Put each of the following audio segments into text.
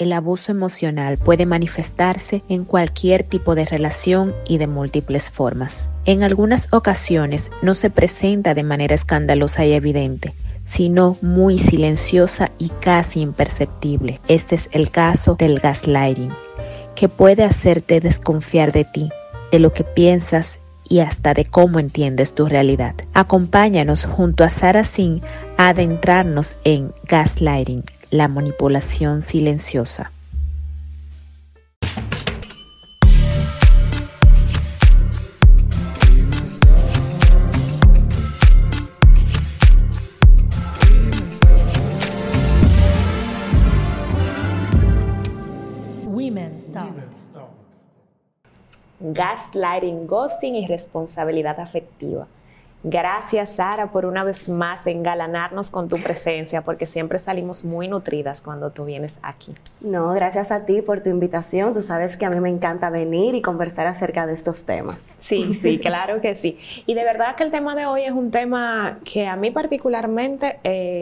El abuso emocional puede manifestarse en cualquier tipo de relación y de múltiples formas. En algunas ocasiones no se presenta de manera escandalosa y evidente, sino muy silenciosa y casi imperceptible. Este es el caso del gaslighting, que puede hacerte desconfiar de ti, de lo que piensas y hasta de cómo entiendes tu realidad. Acompáñanos junto a Sarah Singh a adentrarnos en gaslighting, la manipulación silenciosa. Gaslighting, ghosting y responsabilidad afectiva. Gracias, Sara, por una vez más engalanarnos con tu presencia, porque siempre salimos muy nutridas cuando tú vienes aquí. No, gracias a ti por tu invitación. Tú sabes que a mí me encanta venir y conversar acerca de estos temas. Sí, claro que sí. Y de verdad que el tema de hoy es un tema que a mí particularmente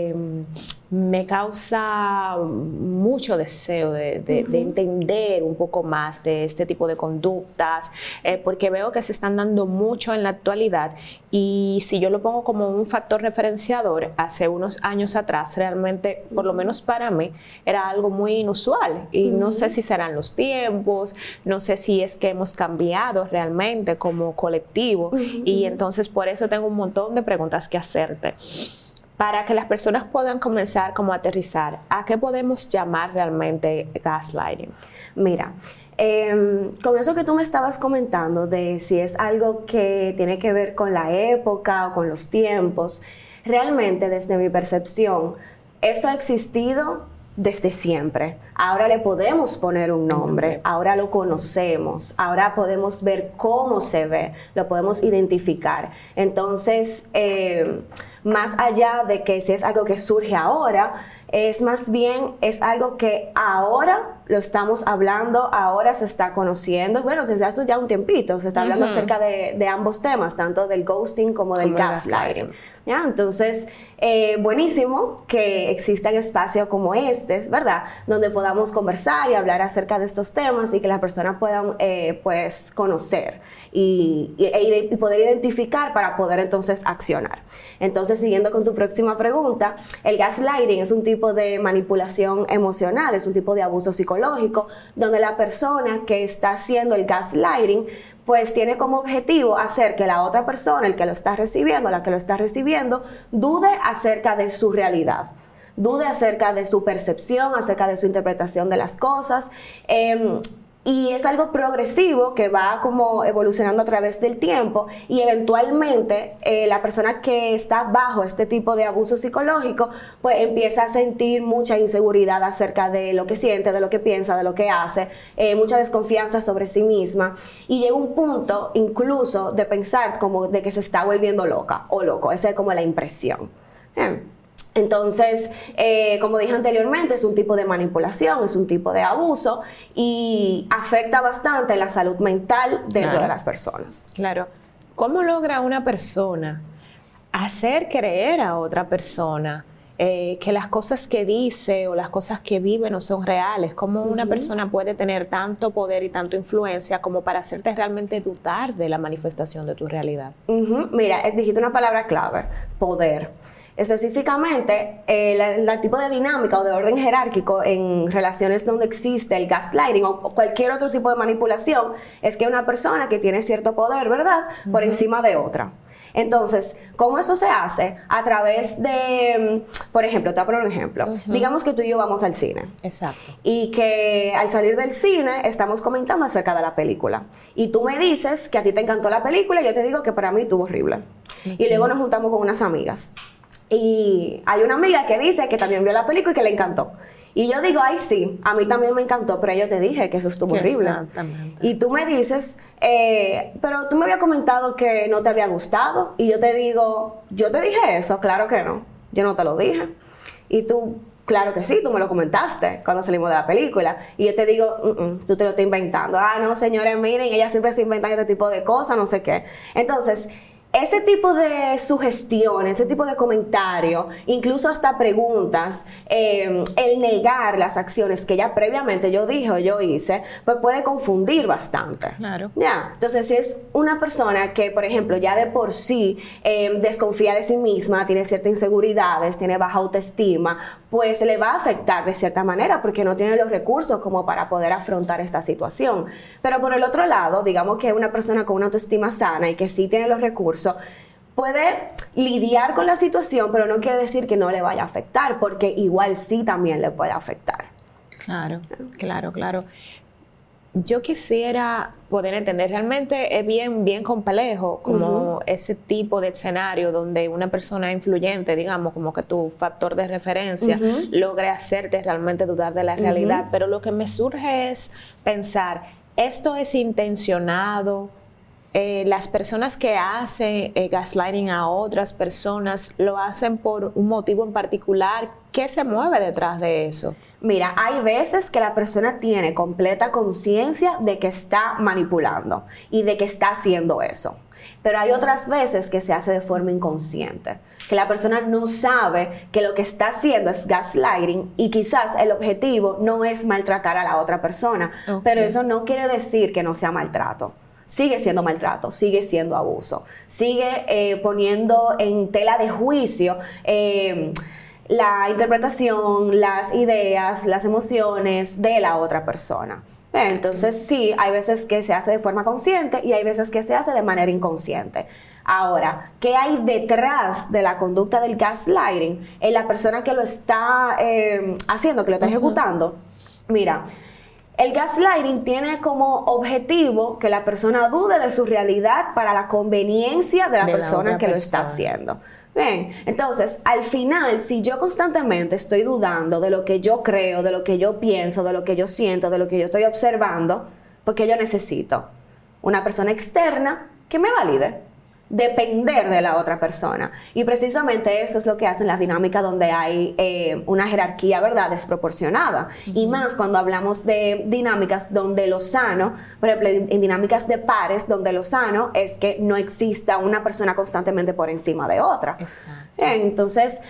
me causa mucho deseo de entender un poco más de este tipo de conductas, porque veo que se están dando mucho en la actualidad. Y si yo lo pongo como un factor referenciador, hace unos años atrás, realmente, por lo menos para mí, era algo muy inusual. Y no sé si serán los tiempos, no sé si es que hemos cambiado realmente como colectivo. Y entonces por eso tengo un montón de preguntas que hacerte. Para que las personas puedan comenzar como a aterrizar, ¿a qué podemos llamar realmente gaslighting? Mira, con eso que tú me estabas comentando de si es algo que tiene que ver con la época o con los tiempos, realmente desde mi percepción, esto ha existido desde siempre. Ahora le podemos poner un nombre, ahora lo conocemos, ahora podemos ver cómo se ve, lo podemos identificar. Entonces, más allá de que si es algo que surge ahora, es más bien es algo que ahora lo estamos hablando, ahora se está conociendo. Bueno, desde hace ya un tiempito se está hablando acerca de ambos temas, tanto del ghosting como del gaslighting. ¿Ya? Entonces, buenísimo que existan espacios como este, ¿verdad? Donde podamos conversar y hablar acerca de estos temas y que las personas puedan pues conocer y poder identificar para poder entonces accionar. Entonces, siguiendo con tu próxima pregunta, el gaslighting es un tipo de manipulación emocional, es un tipo de abuso psicológico donde la persona que está haciendo el gaslighting pues tiene como objetivo hacer que la otra persona, el que lo está recibiendo, la que lo está recibiendo, dude acerca de su realidad, dude acerca de su percepción, acerca de su interpretación de las cosas. Y es algo progresivo que va como evolucionando a través del tiempo y eventualmente la persona que está bajo este tipo de abuso psicológico pues empieza a sentir mucha inseguridad acerca de lo que siente, de lo que piensa, de lo que hace, mucha desconfianza sobre sí misma y llega un punto incluso de pensar como de que se está volviendo loca o loco. Esa es como la impresión. Entonces, como dije anteriormente, es un tipo de manipulación, es un tipo de abuso y afecta bastante la salud mental dentro de las personas. Claro. ¿Cómo logra una persona hacer creer a otra persona que las cosas que dice o las cosas que vive no son reales? ¿Cómo una persona puede tener tanto poder y tanta influencia como para hacerte realmente dudar de la manifestación de tu realidad? Mira, dijiste una palabra clave, poder. Específicamente, el tipo de dinámica o de orden jerárquico en relaciones donde existe el gaslighting o cualquier otro tipo de manipulación es que una persona que tiene cierto poder, ¿verdad?, por encima de otra. Entonces, ¿cómo eso se hace? A través de, por ejemplo, te voy a poner un ejemplo. Digamos que tú y yo vamos al cine. Exacto. Y que al salir del cine estamos comentando acerca de la película. Y tú me dices que a ti te encantó la película y yo te digo que para mí estuvo horrible. Y luego nos juntamos con unas amigas. Y hay una amiga que dice que también vio la película y que le encantó. Y yo digo, ay sí, a mí también me encantó, pero yo te dije que eso estuvo horrible. Exactamente. Y tú me dices, pero tú me habías comentado que no te había gustado. Y yo te digo, ¿yo te dije eso? Claro que no, yo no te lo dije. Y tú, claro que sí, tú me lo comentaste cuando salimos de la película. Y yo te digo, tú te lo estás inventando. Ah, no, señores, miren, ellas siempre se inventan este tipo de cosas, no sé qué. Entonces, ese tipo de sugestiones, ese tipo de comentarios, incluso hasta preguntas, el negar las acciones que ya previamente yo dije o yo hice, pues puede confundir bastante. Claro. Ya, entonces si es una persona que, por ejemplo, ya de por sí desconfía de sí misma, tiene ciertas inseguridades, tiene baja autoestima, pues le va a afectar de cierta manera porque no tiene los recursos como para poder afrontar esta situación. Pero por el otro lado, digamos que una persona con una autoestima sana y que sí tiene los recursos, puede lidiar con la situación, pero no quiere decir que no le vaya a afectar, porque igual sí también le puede afectar. Claro, claro, claro. Yo quisiera poder entender, realmente es bien complejo como ese tipo de escenario donde una persona influyente, digamos, como que tu factor de referencia logre hacerte realmente dudar de la realidad, pero lo que me surge es pensar, ¿esto es intencionado? Las personas que hacen gaslighting a otras personas, ¿lo hacen por un motivo en particular? ¿Qué se mueve detrás de eso? Mira, hay veces que la persona tiene completa conciencia de que está manipulando y de que está haciendo eso. Pero hay otras veces que se hace de forma inconsciente, que la persona no sabe que lo que está haciendo es gaslighting y quizás el objetivo no es maltratar a la otra persona, pero eso no quiere decir que no sea maltrato. Sigue siendo maltrato, sigue siendo abuso, sigue poniendo en tela de juicio la interpretación, las ideas, las emociones de la otra persona. Entonces sí, hay veces que se hace de forma consciente y hay veces que se hace de manera inconsciente. Ahora, ¿qué hay detrás de la conducta del gaslighting en la persona que lo está haciendo, que lo está ejecutando? Mira, el gaslighting tiene como objetivo que la persona dude de su realidad para la conveniencia de la persona que lo está haciendo. Bien, entonces, al final, si yo constantemente estoy dudando de lo que yo creo, de lo que yo pienso, de lo que yo siento, de lo que yo estoy observando, porque yo necesito una persona externa que me valide, depender de la otra persona. Y precisamente eso es lo que hacen las dinámicas donde hay una jerarquía, ¿verdad?, desproporcionada. Y más cuando hablamos de dinámicas donde lo sano, por ejemplo, en dinámicas de pares, donde lo sano es que no exista una persona constantemente por encima de otra. Exacto. Entonces,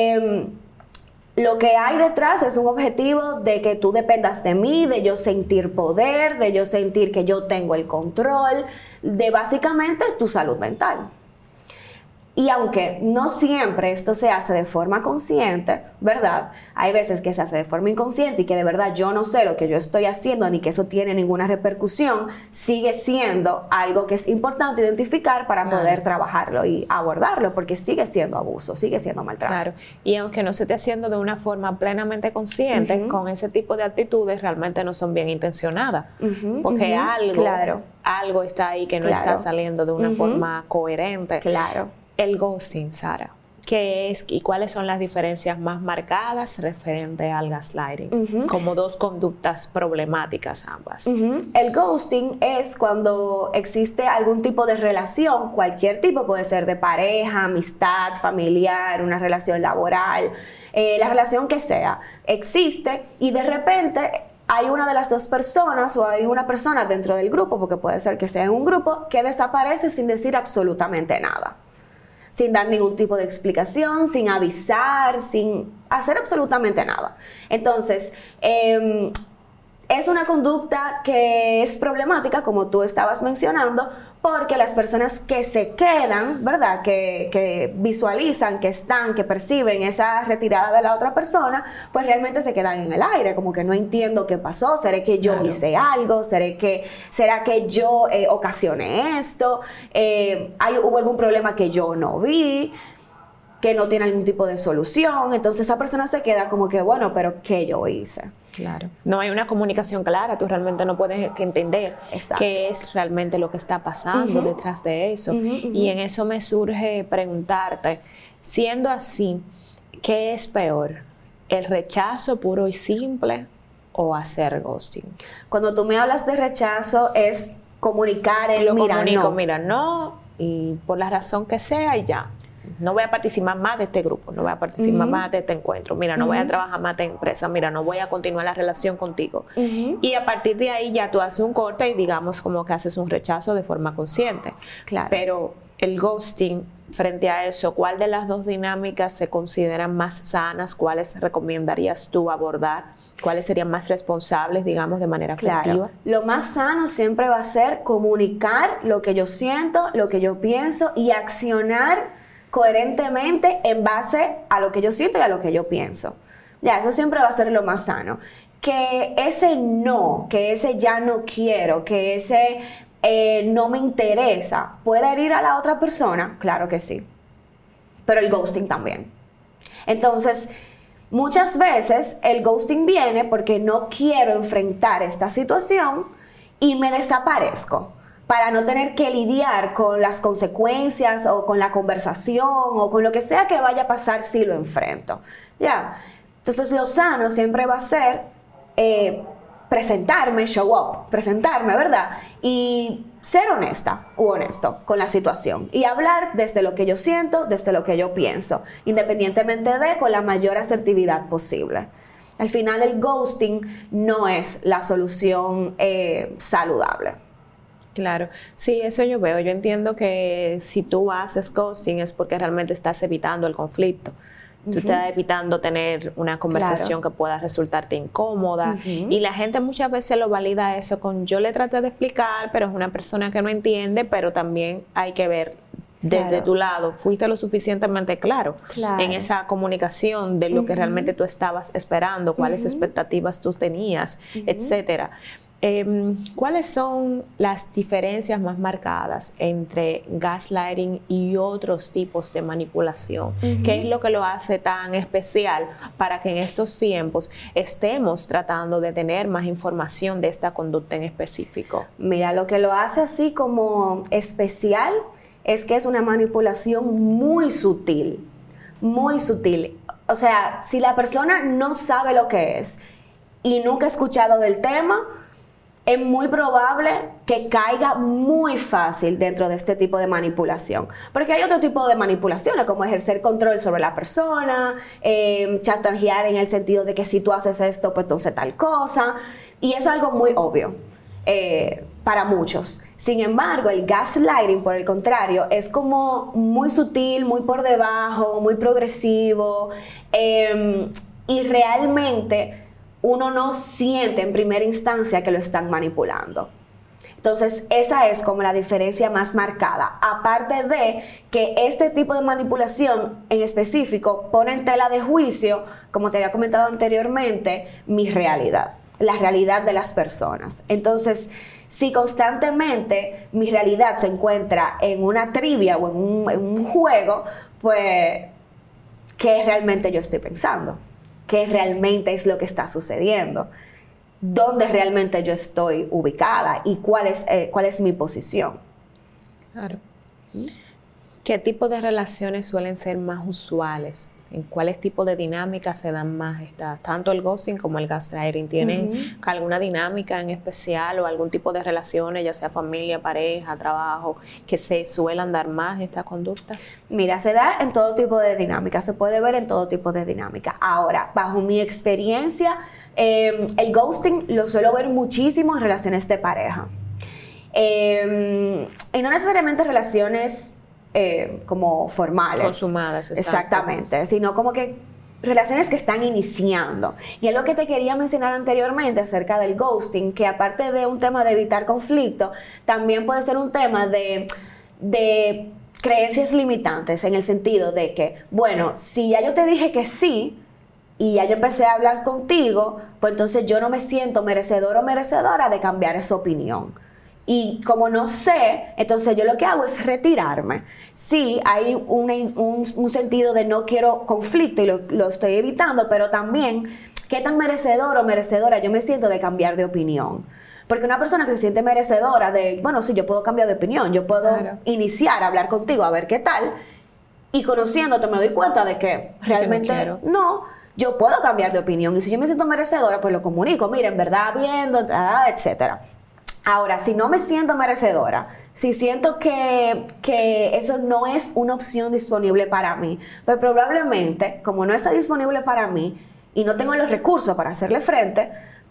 lo que hay detrás es un objetivo de que tú dependas de mí, de yo sentir poder, de yo sentir que yo tengo el control, de básicamente tu salud mental. Y aunque no siempre esto se hace de forma consciente, ¿verdad? Hay veces que se hace de forma inconsciente y que de verdad yo no sé lo que yo estoy haciendo ni que eso tiene ninguna repercusión, sigue siendo algo que es importante identificar para poder trabajarlo y abordarlo, porque sigue siendo abuso, sigue siendo maltrato. Claro, y aunque no se esté haciendo de una forma plenamente consciente, con ese tipo de actitudes realmente no son bien intencionadas, porque algo está ahí que no está saliendo de una forma coherente. Claro. El ghosting, Sara, ¿qué es y cuáles son las diferencias más marcadas referente al gaslighting? Como dos conductas problemáticas ambas. El ghosting es cuando existe algún tipo de relación, cualquier tipo, puede ser de pareja, amistad, familiar, una relación laboral, la relación que sea, existe y de repente hay una de las dos personas o hay una persona dentro del grupo, porque puede ser que sea un grupo, que desaparece sin decir absolutamente nada. Sin dar ningún tipo de explicación, sin avisar, sin hacer absolutamente nada. Entonces, es una conducta que es problemática, como tú estabas mencionando, porque las personas que se quedan, ¿verdad?, que visualizan, que están, que perciben esa retirada de la otra persona, pues realmente se quedan en el aire, como que no entiendo qué pasó, ¿será que yo hice algo? ¿Será que yo ocasioné esto? ¿Hubo algún problema que yo no vi? Que no tiene algún tipo de solución. Entonces esa persona se queda como que, bueno, pero ¿qué yo hice? Claro. No hay una comunicación clara, tú realmente no puedes entender qué es realmente lo que está pasando detrás de eso. Y en eso me surge preguntarte, siendo así, ¿qué es peor? ¿El rechazo puro y simple o hacer ghosting? Cuando tú me hablas de rechazo es comunicar el mira, no, y por la razón que sea y ya. No voy a participar más de este grupo, no voy a participar más de este encuentro, mira, no voy a trabajar más de empresa, mira, no voy a continuar la relación contigo. Y a partir de ahí ya tú haces un corte y digamos como que haces un rechazo de forma consciente. Claro. Pero el ghosting, frente a eso, ¿cuál de las dos dinámicas se consideran más sanas? ¿Cuáles recomendarías tú abordar? ¿Cuáles serían más responsables, digamos, de manera efectiva? Claro. Lo más sano siempre va a ser comunicar lo que yo siento, lo que yo pienso y accionar coherentemente en base a lo que yo siento y a lo que yo pienso. Ya, eso siempre va a ser lo más sano. Que ese no, que ese ya no quiero, que ese no me interesa, ¿puede herir a la otra persona? Claro que sí. Pero el ghosting también. Entonces, muchas veces el ghosting viene porque no quiero enfrentar esta situación y me desaparezco para no tener que lidiar con las consecuencias o con la conversación o con lo que sea que vaya a pasar si lo enfrento. ¿Ya? Entonces, lo sano siempre va a ser presentarme, show up, presentarme, ¿verdad? Y ser honesta u honesto con la situación y hablar desde lo que yo siento, desde lo que yo pienso, independientemente de, con la mayor asertividad posible. Al final el ghosting no es la solución saludable. Claro, sí, eso yo veo. Yo entiendo que si tú haces ghosting es porque realmente estás evitando el conflicto. Tú estás evitando tener una conversación que pueda resultarte incómoda. Y la gente muchas veces lo valida eso con yo le traté de explicar, pero es una persona que no entiende, pero también hay que ver desde tu lado, fuiste lo suficientemente claro en esa comunicación de lo que realmente tú estabas esperando, cuáles expectativas tú tenías, etcétera. ¿Cuáles son las diferencias más marcadas entre gaslighting y otros tipos de manipulación? ¿Qué es lo que lo hace tan especial para que en estos tiempos estemos tratando de tener más información de esta conducta en específico? Mira, lo que lo hace así como especial es que es una manipulación muy sutil, muy sutil. O sea, si la persona no sabe lo que es y nunca ha escuchado del tema, es muy probable que caiga muy fácil dentro de este tipo de manipulación. Porque hay otro tipo de manipulaciones, como ejercer control sobre la persona, chantajear en el sentido de que si tú haces esto, pues entonces tal cosa. Y eso es algo muy obvio para muchos. Sin embargo, el gaslighting, por el contrario, es como muy sutil, muy por debajo, muy progresivo, y realmente uno no siente en primera instancia que lo están manipulando. Entonces, esa es como la diferencia más marcada. Aparte de que este tipo de manipulación en específico pone en tela de juicio, como te había comentado anteriormente, mi realidad, la realidad de las personas. Entonces, si constantemente mi realidad se encuentra en una trivia o en un juego, pues, ¿qué realmente yo estoy pensando? ¿Qué realmente es lo que está sucediendo? ¿Dónde realmente yo estoy ubicada? ¿Y cuál es mi posición? Claro. ¿Qué tipo de relaciones suelen ser más usuales? ¿En cuáles tipos de dinámicas se dan más? Tanto el ghosting como el gaslighting. ¿Tienen alguna dinámica en especial o algún tipo de relaciones, ya sea familia, pareja, trabajo, que se suelan dar más estas conductas? Mira, se da en todo tipo de dinámicas, se puede ver en todo tipo de dinámica. Ahora, bajo mi experiencia, el ghosting lo suelo ver muchísimo en relaciones de pareja. Y no necesariamente relaciones como formales. Consumadas, exactamente, sino como que relaciones que están iniciando. Y es lo que te quería mencionar anteriormente acerca del ghosting, que aparte de un tema de evitar conflicto, también puede ser un tema de creencias limitantes, en el sentido de que, bueno, si ya yo te dije que sí, y ya yo empecé a hablar contigo, pues entonces yo no me siento merecedor o merecedora de cambiar esa opinión. Y como no sé, entonces yo lo que hago es retirarme. Sí, hay un sentido de no quiero conflicto y lo estoy evitando, pero también qué tan merecedor o merecedora yo me siento de cambiar de opinión. Porque una persona que se siente merecedora de, bueno, sí, yo puedo cambiar de opinión, yo puedo iniciar a hablar contigo, a ver qué tal, y conociéndote me doy cuenta de que realmente no, yo puedo cambiar de opinión. Y si yo me siento merecedora, pues lo comunico, mira, en verdad, viendo, etcétera. Ahora, si no me siento merecedora, si siento que eso no es una opción disponible para mí, pues probablemente, como no está disponible para mí y no tengo los recursos para hacerle frente,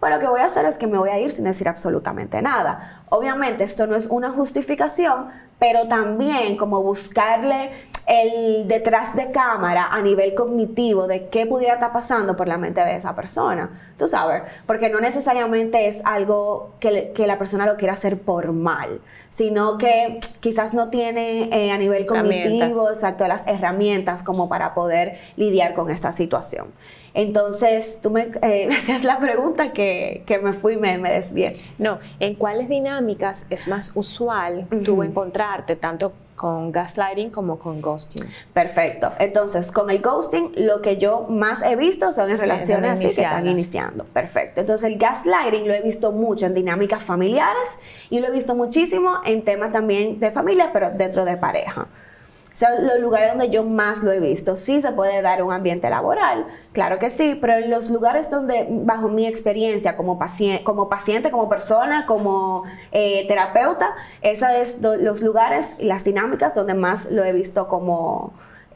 pues lo que voy a hacer es que me voy a ir sin decir absolutamente nada. Obviamente esto no es una justificación, pero también como buscarle el detrás de cámara a nivel cognitivo de qué pudiera estar pasando por la mente de esa persona, tú sabes, porque no necesariamente es algo que la persona lo quiera hacer por mal, sino que quizás no tiene a nivel cognitivo, exacto, las herramientas como para poder lidiar con esta situación. Entonces, tú me hacías la pregunta que me fui y me desvié. No, ¿en cuáles dinámicas es más usual tú encontrarte tanto con gaslighting como con ghosting? Perfecto. Entonces, con el ghosting, lo que yo más he visto son en relaciones así que están iniciando. Perfecto. Entonces, el gaslighting lo he visto mucho en dinámicas familiares y lo he visto muchísimo en temas también de familia, pero dentro de pareja. Son los lugares donde yo más lo he visto. Sí se puede dar un ambiente laboral, claro que sí, pero en los lugares donde, bajo mi experiencia como paciente, como persona, como terapeuta, esos son los lugares y las dinámicas donde más lo he visto como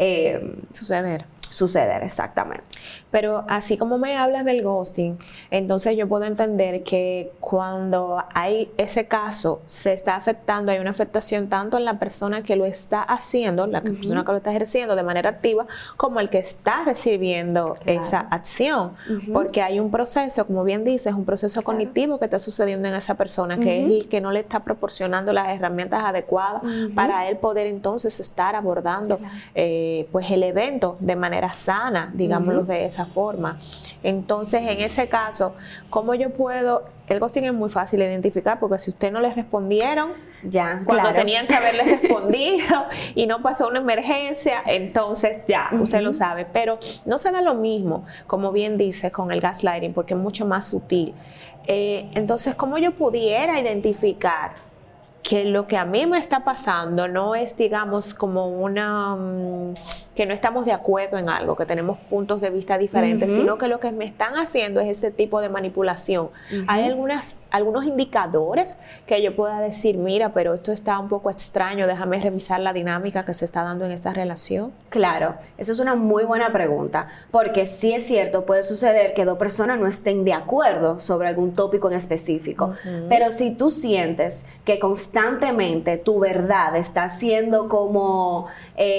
suceder, exactamente. Pero así como me hablas del ghosting, entonces yo puedo entender que cuando hay ese caso, se está afectando, hay una afectación tanto en la persona que lo está haciendo, la persona que lo está ejerciendo de manera activa, como el que está recibiendo esa acción. Porque hay un proceso, como bien dices, un proceso cognitivo que está sucediendo en esa persona, que es el que no le está proporcionando las herramientas adecuadas para él poder entonces estar abordando pues el evento de manera sana, digámoslo de esa forma. Entonces, en ese caso, ¿cómo yo puedo? El ghosting es muy fácil de identificar porque si usted no le respondieron cuando tenían que haberle respondido y no pasó una emergencia, entonces ya, usted lo sabe. Pero no se da lo mismo, como bien dice, con el gaslighting porque es mucho más sutil. Entonces, ¿cómo yo pudiera identificar que lo que a mí me está pasando no es, digamos, como que no estamos de acuerdo en algo, que tenemos puntos de vista diferentes, sino que lo que me están haciendo es este tipo de manipulación? Hay algunos indicadores que yo pueda decir, mira, pero esto está un poco extraño, déjame revisar la dinámica que se está dando en esta relación. Claro, eso es una muy buena pregunta, porque sí es cierto, puede suceder que dos personas no estén de acuerdo sobre algún tópico en específico, pero si tú sientes que constantemente tu verdad está siendo como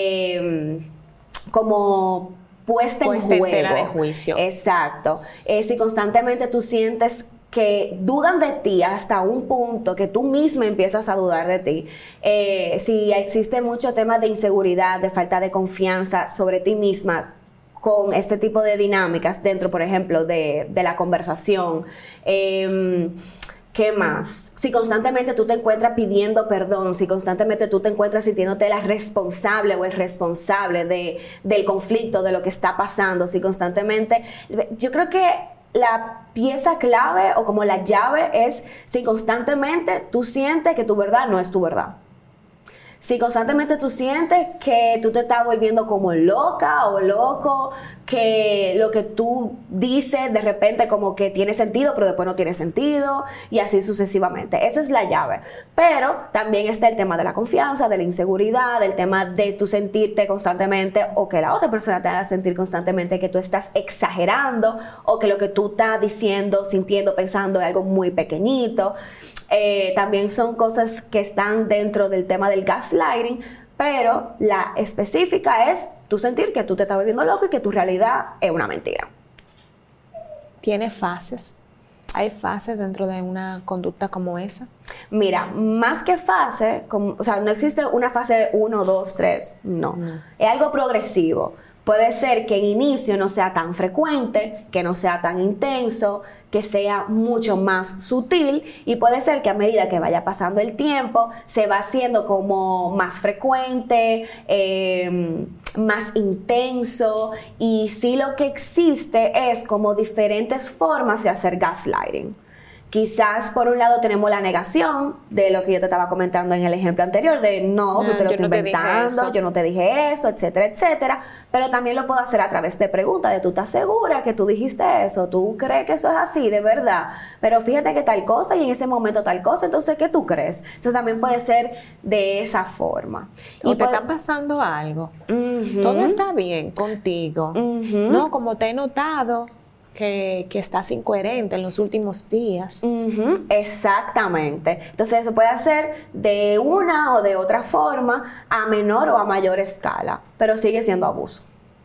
puesta en juego. En tela de juicio. Exacto. Si constantemente tú sientes que dudan de ti hasta un punto que tú misma empiezas a dudar de ti, si existe mucho tema de inseguridad, de falta de confianza sobre ti misma con este tipo de dinámicas dentro, por ejemplo, de la conversación, ¿qué más? Si constantemente tú te encuentras pidiendo perdón, si constantemente tú te encuentras sintiéndote la responsable o el responsable del conflicto, de lo que está pasando, si constantemente... Yo creo que la pieza clave o como la llave es si constantemente tú sientes que tu verdad no es tu verdad. Si constantemente tú sientes que tú te estás volviendo como loca o loco, que lo que tú dices de repente como que tiene sentido, pero después no tiene sentido, y así sucesivamente. Esa es la llave. Pero también está el tema de la confianza, de la inseguridad, del tema de tú sentirte constantemente o que la otra persona te haga sentir constantemente que tú estás exagerando o que lo que tú estás diciendo, sintiendo, pensando es algo muy pequeñito. También son cosas que están dentro del tema del gaslighting, pero la específica es tú sentir que tú te estás volviendo loco y que tu realidad es una mentira. ¿Tiene fases? ¿Hay fases dentro de una conducta como esa? Mira, más que fase, o sea, no existe una fase 1, 2, 3, no. Es algo progresivo. Puede ser que en inicio no sea tan frecuente, que no sea tan intenso, que sea mucho más sutil, y puede ser que a medida que vaya pasando el tiempo se va haciendo como más frecuente, más intenso, y sí lo que existe es como diferentes formas de hacer gaslighting. Quizás por un lado tenemos la negación de lo que yo te estaba comentando en el ejemplo anterior, de no, tú te lo estoy inventando, yo no te dije eso, etcétera, etcétera. Pero también lo puedo hacer a través de preguntas, de tú estás segura que tú dijiste eso, tú crees que eso es así, de verdad. Pero fíjate que tal cosa y en ese momento tal cosa, entonces ¿qué tú crees? Entonces también puede ser de esa forma. ¿O te está pasando algo? Todo está bien contigo. No, como te he notado que estás incoherente en los últimos días. Exactamente. Entonces eso puede hacer de una o de otra forma, a menor o a mayor escala, pero sigue siendo abuso.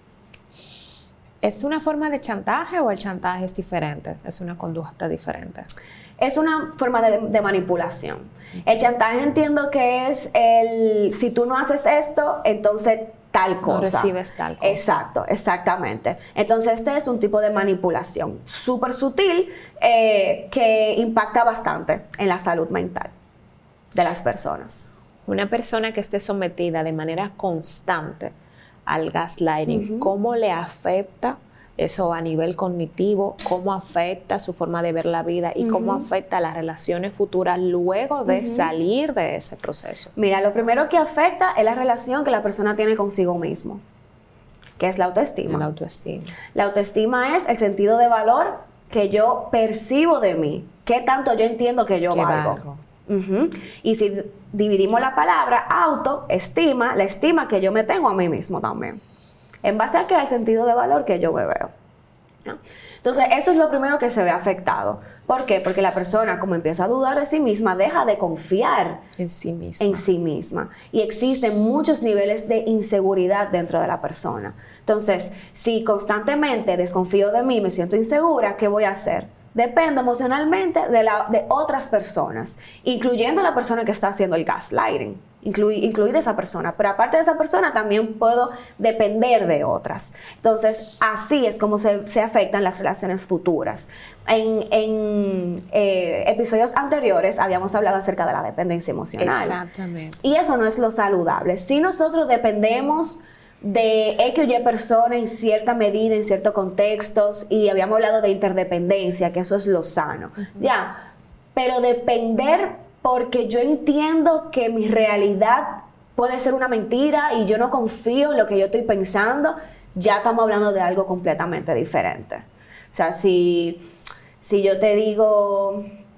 ¿Es una forma de chantaje o el chantaje es diferente? ¿Es una conducta diferente? Es una forma de manipulación. El chantaje entiendo que es si tú no haces esto, entonces tal cosa. No recibes tal cosa. Exacto, exactamente. Entonces este es un tipo de manipulación súper sutil que impacta bastante en la salud mental de las personas. Una persona que esté sometida de manera constante al gaslighting, ¿cómo le afecta eso a nivel cognitivo? ¿Cómo afecta su forma de ver la vida? ¿Y cómo afecta las relaciones futuras luego de salir de ese proceso? Mira, lo primero que afecta es la relación que la persona tiene consigo mismo, que es la autoestima. La autoestima. La autoestima es el sentido de valor que yo percibo de mí. ¿Qué tanto yo entiendo que yo valgo? Y si dividimos la palabra autoestima, la estima que yo me tengo a mí mismo también. ¿En base a qué? Al sentido de valor que yo me veo, ¿no? Entonces, eso es lo primero que se ve afectado. ¿Por qué? Porque la persona, como empieza a dudar de sí misma, deja de confiar en sí misma. Y existen muchos niveles de inseguridad dentro de la persona. Entonces, si constantemente desconfío de mí, me siento insegura, ¿qué voy a hacer? Dependo emocionalmente de otras personas, incluyendo la persona que está haciendo el gaslighting, incluida esa persona. Pero aparte de esa persona, también puedo depender de otras. Entonces, así es como se afectan las relaciones futuras. En episodios anteriores habíamos hablado acerca de la dependencia emocional. Exactamente. Y eso no es lo saludable. Si nosotros dependemos de X o Y persona en cierta medida, en ciertos contextos, y habíamos hablado de interdependencia, que eso es lo sano, ya, pero depender porque yo entiendo que mi realidad puede ser una mentira y yo no confío en lo que yo estoy pensando, ya estamos hablando de algo completamente diferente. O sea, si yo te digo,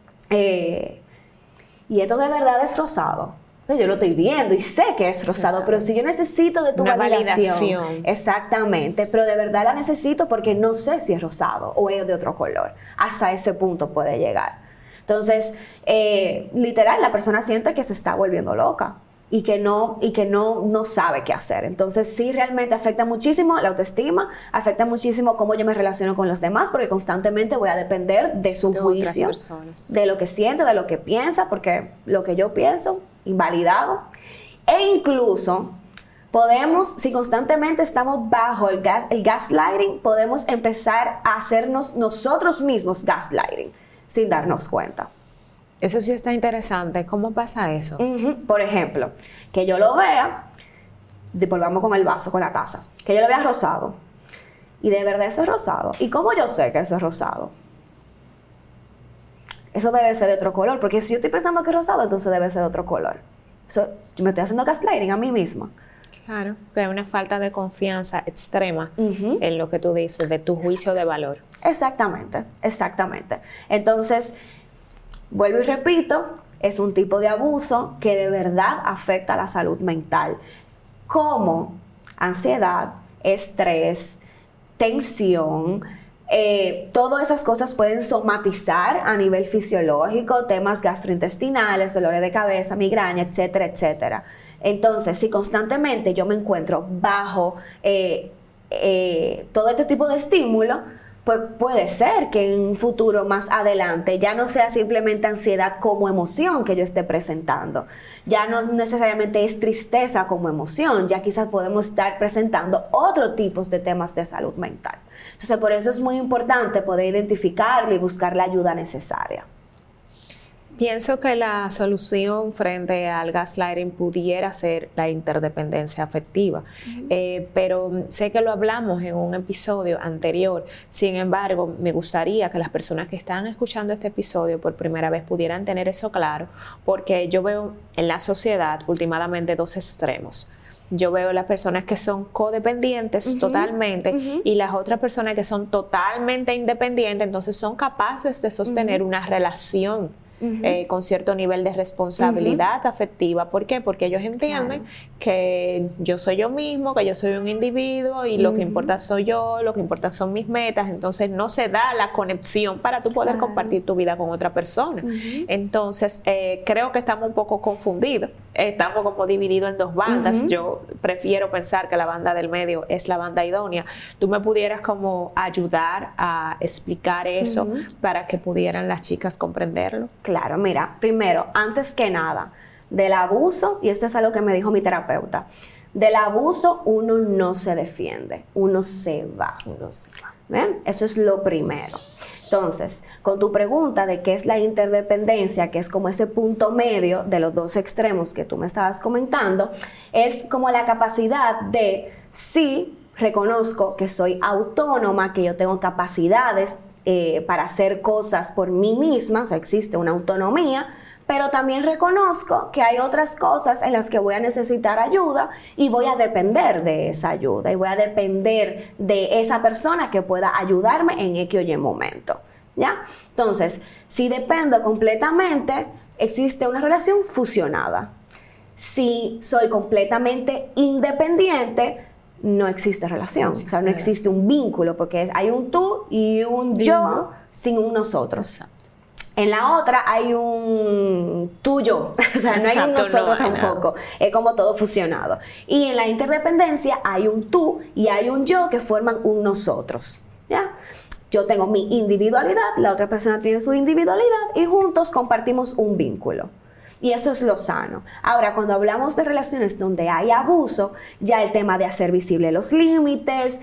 y esto de verdad es rosado, yo lo estoy viendo y sé que es rosado, pero si yo necesito de tu validación, exactamente, pero de verdad la necesito porque no sé si es rosado o es de otro color. Hasta ese punto puede llegar. Entonces, literal, la persona siente que se está volviendo loca y que no sabe qué hacer. Entonces, sí, realmente afecta muchísimo la autoestima, afecta muchísimo cómo yo me relaciono con los demás, porque constantemente voy a depender de su juicio, de lo que siente, de lo que piensa, porque lo que yo pienso, invalidado. E incluso podemos, si constantemente estamos bajo el gaslighting, podemos empezar a hacernos nosotros mismos gaslighting sin darnos cuenta. Eso sí está interesante. ¿Cómo pasa eso? Por ejemplo, que yo lo vea, volvamos con el vaso, con la taza, que yo lo vea rosado y de verdad eso es rosado. ¿Y cómo yo sé que eso es rosado? Eso debe ser de otro color, porque si yo estoy pensando que es rosado, entonces debe ser de otro color. Yo me estoy haciendo gaslighting a mí misma. Claro, que hay una falta de confianza extrema en lo que tú dices, de tu juicio de valor. Exactamente, exactamente. Entonces, vuelvo y repito, es un tipo de abuso que de verdad afecta a la salud mental, como ansiedad, estrés, tensión. Todas esas cosas pueden somatizar a nivel fisiológico, temas gastrointestinales, dolores de cabeza, migraña, etcétera, etcétera. Entonces, si constantemente yo me encuentro bajo todo este tipo de estímulo, pues puede ser que en un futuro más adelante ya no sea simplemente ansiedad como emoción que yo esté presentando. Ya no necesariamente es tristeza como emoción, ya quizás podemos estar presentando otros tipos de temas de salud mental. Entonces, por eso es muy importante poder identificarlo y buscar la ayuda necesaria. Pienso que la solución frente al gaslighting pudiera ser la interdependencia afectiva, pero sé que lo hablamos en un episodio anterior. Sin embargo, me gustaría que las personas que están escuchando este episodio por primera vez pudieran tener eso claro, porque yo veo en la sociedad últimamente dos extremos. Yo veo las personas que son codependientes totalmente y las otras personas que son totalmente independientes, entonces son capaces de sostener una relación con cierto nivel de responsabilidad afectiva. ¿Por qué? Porque ellos entienden que yo soy yo mismo, que yo soy un individuo y lo que importa soy yo, lo que importa son mis metas. Entonces no se da la conexión para tú poder compartir tu vida con otra persona. Entonces creo que estamos un poco confundidos, estamos como divididos en dos bandas. Yo prefiero pensar que la banda del medio es la banda idónea. ¿Tú me pudieras como ayudar a explicar eso para que pudieran las chicas comprenderlo? Claro, mira, primero, antes que nada, del abuso, y esto es algo que me dijo mi terapeuta, del abuso uno no se defiende, uno se va. ¿Ven? Eso es lo primero. Entonces, con tu pregunta de qué es la interdependencia, que es como ese punto medio de los dos extremos que tú me estabas comentando, es como la capacidad de, sí, reconozco que soy autónoma, que yo tengo capacidades para hacer cosas por mí misma, o sea, existe una autonomía, pero también reconozco que hay otras cosas en las que voy a necesitar ayuda y voy a depender de esa ayuda y voy a depender de esa persona que pueda ayudarme en X o Y momento, ¿ya? Entonces, si dependo completamente, existe una relación fusionada. Si soy completamente independiente, no existe relación, o sea, no existe un vínculo, porque hay un tú y un yo sin un nosotros. En la otra hay un tú-yo, o sea, no hay un nosotros tampoco, es como todo fusionado. Y en la interdependencia hay un tú y hay un yo que forman un nosotros, ¿ya? Yo tengo mi individualidad, la otra persona tiene su individualidad y juntos compartimos un vínculo. Y eso es lo sano. Ahora, cuando hablamos de relaciones donde hay abuso, ya el tema de hacer visible los límites,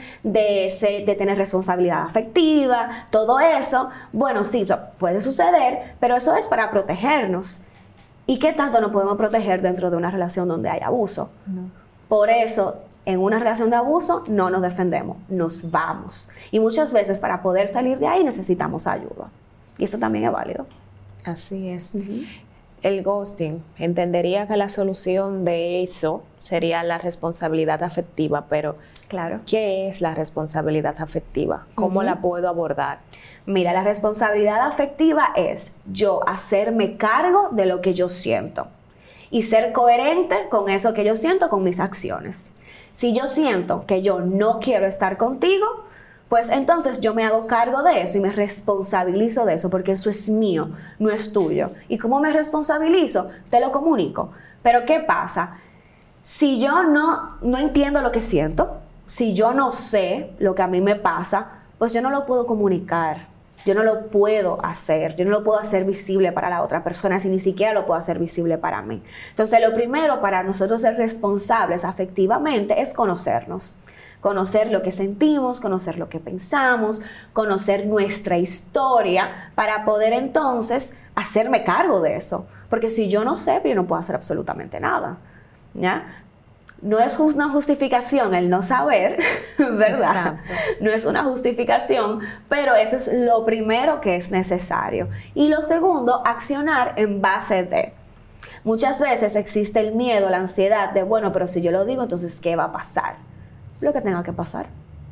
de tener responsabilidad afectiva, todo eso, bueno, sí, puede suceder, pero eso es para protegernos. ¿Y qué tanto nos podemos proteger dentro de una relación donde hay abuso? No. Por eso, en una relación de abuso, no nos defendemos, nos vamos. Y muchas veces, para poder salir de ahí, necesitamos ayuda. Y eso también es válido. Así es. El ghosting, entendería que la solución de eso sería la responsabilidad afectiva, pero claro, ¿qué es la responsabilidad afectiva? ¿Cómo la puedo abordar? Mira, la responsabilidad afectiva es yo hacerme cargo de lo que yo siento y ser coherente con eso que yo siento, con mis acciones. Si yo siento que yo no quiero estar contigo, pues entonces yo me hago cargo de eso y me responsabilizo de eso, porque eso es mío, no es tuyo. ¿Y cómo me responsabilizo? Te lo comunico. Pero ¿qué pasa? Si yo no entiendo lo que siento, si yo no sé lo que a mí me pasa, pues yo no lo puedo comunicar, yo no lo puedo hacer, yo no lo puedo hacer visible para la otra persona, si ni siquiera lo puedo hacer visible para mí. Entonces, lo primero para nosotros ser responsables afectivamente es conocernos. Conocer lo que sentimos, conocer lo que pensamos, conocer nuestra historia para poder entonces hacerme cargo de eso. Porque si yo no sé, yo no puedo hacer absolutamente nada, ¿ya? No es una justificación el no saber, ¿verdad? Exacto. No es una justificación, pero eso es lo primero que es necesario. Y lo segundo, accionar en base de. Muchas veces existe el miedo, la ansiedad de, bueno, pero si yo lo digo, entonces, ¿qué va a pasar? Lo que tenga que pasar.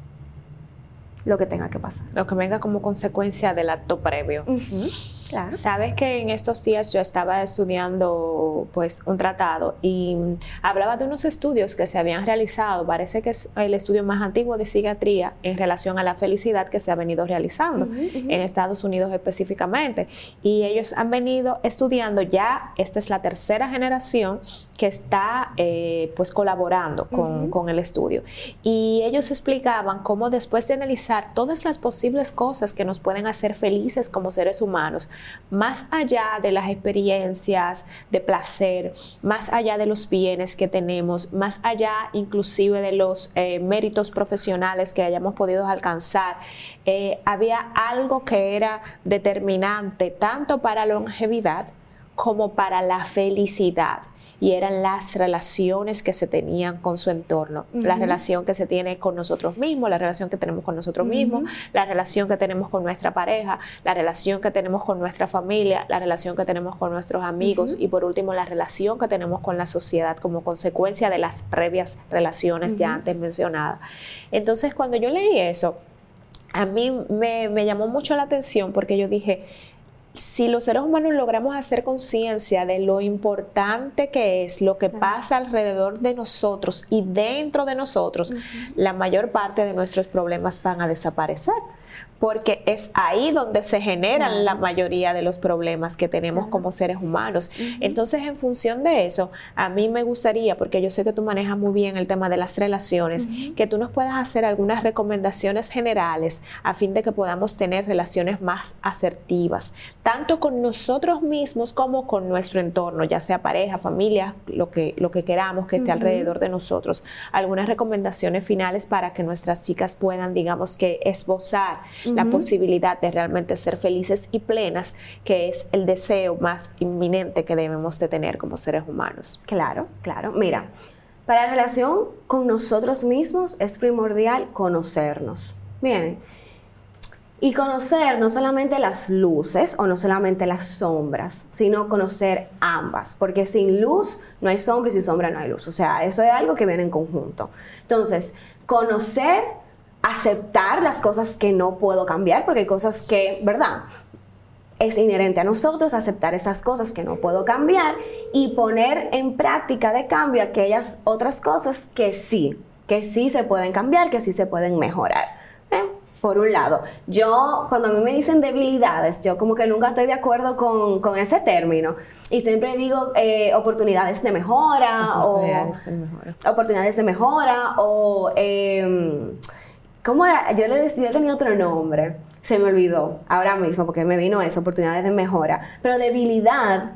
Lo que tenga que pasar. Lo que venga como consecuencia del acto previo. Claro. Sabes que en estos días yo estaba estudiando pues un tratado y hablaba de unos estudios que se habían realizado, parece que es el estudio más antiguo de psiquiatría en relación a la felicidad que se ha venido realizando en Estados Unidos específicamente, y ellos han venido estudiando ya, esta es la tercera generación que está pues colaborando con el estudio, y ellos explicaban cómo después de analizar todas las posibles cosas que nos pueden hacer felices como seres humanos, más allá de las experiencias de placer, más allá de los bienes que tenemos, más allá inclusive de los méritos profesionales que hayamos podido alcanzar, había algo que era determinante tanto para la longevidad como para la felicidad, y eran las relaciones que se tenían con su entorno, la relación que se tiene con nosotros mismos, la relación que tenemos con nosotros mismos, la relación que tenemos con nuestra pareja, la relación que tenemos con nuestra familia, la relación que tenemos con nuestros amigos y por último la relación que tenemos con la sociedad como consecuencia de las previas relaciones ya antes mencionadas. Entonces, cuando yo leí eso, a mí me llamó mucho la atención porque yo dije, si los seres humanos logramos hacer conciencia de lo importante que es lo que pasa alrededor de nosotros y dentro de nosotros, la mayor parte de nuestros problemas van a desaparecer. Porque es ahí donde se generan la mayoría de los problemas que tenemos como seres humanos. Entonces, en función de eso, a mí me gustaría, porque yo sé que tú manejas muy bien el tema de las relaciones, que tú nos puedas hacer algunas recomendaciones generales a fin de que podamos tener relaciones más asertivas, tanto con nosotros mismos como con nuestro entorno, ya sea pareja, familia, lo que queramos que esté alrededor de nosotros. Algunas recomendaciones finales para que nuestras chicas puedan, digamos, que esbozar la posibilidad de realmente ser felices y plenas, que es el deseo más inminente que debemos de tener como seres humanos. Claro, claro. Mira, para la relación con nosotros mismos es primordial conocernos. Bien. Y conocer no solamente las luces o no solamente las sombras, sino conocer ambas, porque sin luz no hay sombra y sin sombra no hay luz. O sea, eso es algo que viene en conjunto. Entonces, conocer, aceptar las cosas que no puedo cambiar, porque hay cosas que, ¿verdad?, es inherente a nosotros, aceptar esas cosas que no puedo cambiar y poner en práctica de cambio aquellas otras cosas que sí se pueden cambiar, que sí se pueden mejorar. Por un lado, yo, cuando a mí me dicen debilidades, yo como que nunca estoy de acuerdo con ese término. Y siempre digo oportunidades de mejora. Oportunidades de mejora. ¿Cómo era? Yo tenía otro nombre. Se me olvidó ahora mismo porque me vino eso, oportunidades de mejora. Pero debilidad,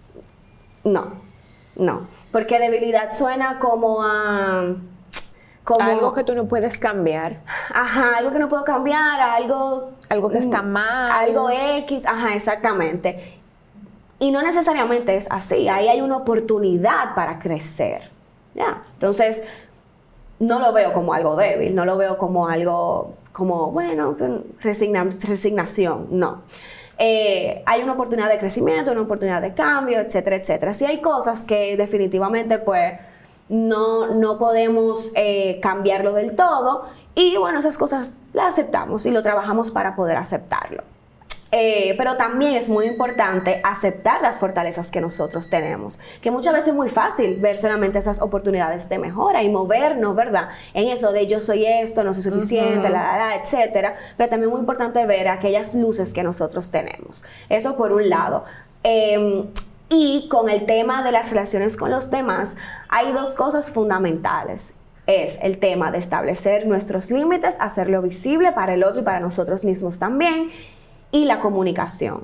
no. Porque debilidad suena como a... algo que tú no puedes cambiar. Ajá, algo que no puedo cambiar, algo que está mal. Algo X, ajá, exactamente. Y no necesariamente es así, ahí hay una oportunidad para crecer, ¿ya? Entonces, no lo veo como algo débil, no lo veo como algo, bueno, resignación, no. Hay una oportunidad de crecimiento, una oportunidad de cambio, etcétera, etcétera. Sí hay cosas que definitivamente, pues, no podemos cambiarlo del todo y bueno, esas cosas las aceptamos y lo trabajamos para poder aceptarlo. Pero también es muy importante aceptar las fortalezas que nosotros tenemos, que muchas veces es muy fácil ver solamente esas oportunidades de mejora y movernos, ¿verdad?, en eso de yo soy esto, no soy suficiente, etcétera, pero también es muy importante ver aquellas luces que nosotros tenemos. Eso por un lado. Y con el tema de las relaciones con los demás, hay dos cosas fundamentales. Es el tema de establecer nuestros límites, hacerlo visible para el otro y para nosotros mismos también, y la comunicación.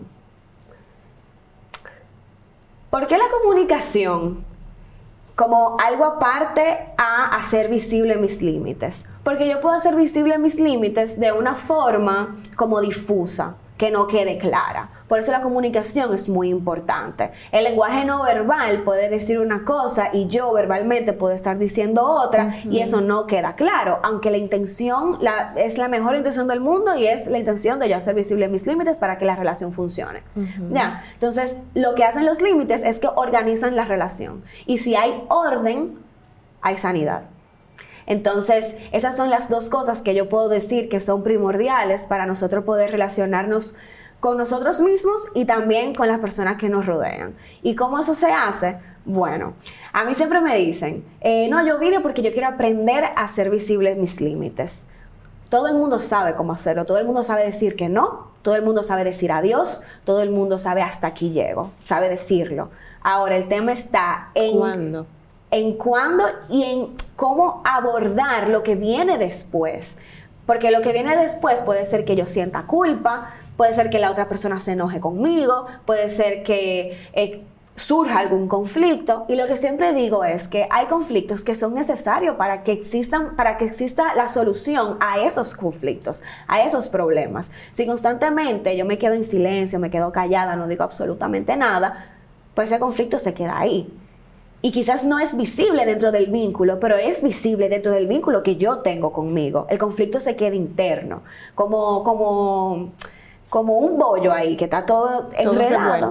¿Por qué la comunicación como algo aparte a hacer visible mis límites? Porque yo puedo hacer visible mis límites de una forma como difusa, que no quede clara. Por eso la comunicación es muy importante. El lenguaje no verbal puede decir una cosa y yo verbalmente puedo estar diciendo otra y eso no queda claro, aunque la intención es la mejor intención del mundo y es la intención de yo hacer visible mis límites para que la relación funcione. ¿Ya? Entonces, lo que hacen los límites es que organizan la relación y si hay orden, hay sanidad. Entonces, esas son las dos cosas que yo puedo decir que son primordiales para nosotros poder relacionarnos con nosotros mismos y también con las personas que nos rodean. ¿Y cómo eso se hace? Bueno, a mí siempre me dicen, no, yo vine porque yo quiero aprender a hacer visibles mis límites. Todo el mundo sabe cómo hacerlo, todo el mundo sabe decir que no, todo el mundo sabe decir adiós, todo el mundo sabe hasta aquí llego, sabe decirlo. Ahora, el tema está en... ¿Cuándo? En cuándo y en cómo abordar lo que viene después. Porque lo que viene después puede ser que yo sienta culpa, puede ser que la otra persona se enoje conmigo, puede ser que surja algún conflicto. Y lo que siempre digo es que hay conflictos que son necesarios para que exista la solución a esos conflictos, a esos problemas. Si constantemente yo me quedo en silencio, me quedo callada, no digo absolutamente nada, pues ese conflicto se queda ahí. Y quizás no es visible dentro del vínculo, pero es visible dentro del vínculo que yo tengo conmigo. El conflicto se queda interno, como un bollo ahí que está todo enredado,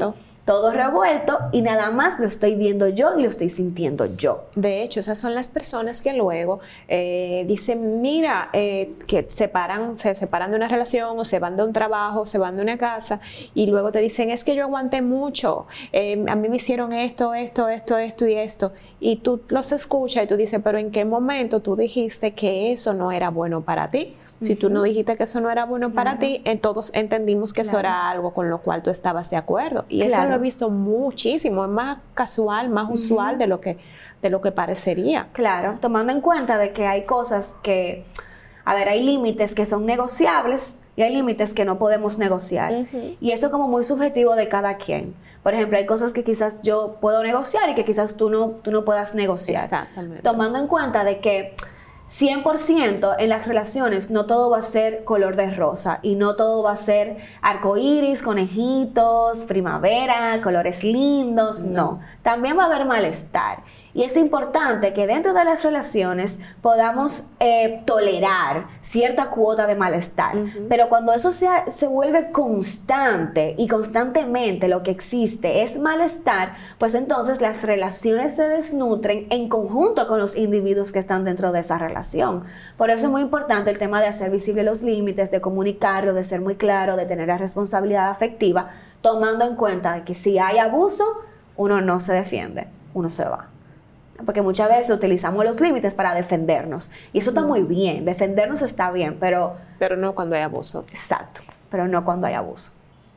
todo revuelto y nada más lo estoy viendo yo y lo estoy sintiendo yo. De hecho, esas son las personas que luego dicen, mira, que se separan de una relación o se van de un trabajo, se van de una casa y luego te dicen, es que yo aguanté mucho, a mí me hicieron esto y esto. Y tú los escuchas y tú dices, pero ¿en qué momento tú dijiste que eso no era bueno para ti? Si tú no dijiste que eso no era bueno para ti, todos entendimos que eso era algo con lo cual tú estabas de acuerdo. Y eso lo he visto muchísimo, es más casual, más usual de lo que parecería. Claro, tomando en cuenta de que hay cosas que, a ver, hay límites que son negociables y hay límites que no podemos negociar. Y eso es como muy subjetivo de cada quien. Por ejemplo, hay cosas que quizás yo puedo negociar y que quizás tú no puedas negociar. Exactamente. Tomando en cuenta de que 100% en las relaciones no todo va a ser color de rosa y no todo va a ser arcoíris, conejitos, primavera, colores lindos, no. También va a haber malestar. Y es importante que dentro de las relaciones podamos tolerar cierta cuota de malestar. Pero cuando eso se vuelve constante y constantemente lo que existe es malestar, pues entonces las relaciones se desnutren en conjunto con los individuos que están dentro de esa relación. Por eso es muy importante el tema de hacer visibles los límites, de comunicarlo, de ser muy claro, de tener la responsabilidad afectiva, tomando en cuenta de que si hay abuso, uno no se defiende, uno se va. Porque muchas veces utilizamos los límites para defendernos. Y eso está muy bien, defendernos está bien, pero no cuando hay abuso. Exacto, pero no cuando hay abuso.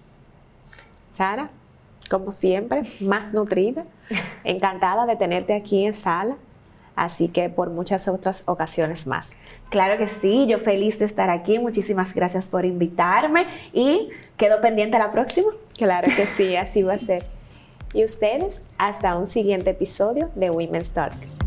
Sara, como siempre, más nutrida, encantada de tenerte aquí en sala, así que por muchas otras ocasiones más. Claro que sí, yo feliz de estar aquí, muchísimas gracias por invitarme y quedo pendiente a la próxima. Claro que sí, así va a ser. Y ustedes, hasta un siguiente episodio de Women's Talk.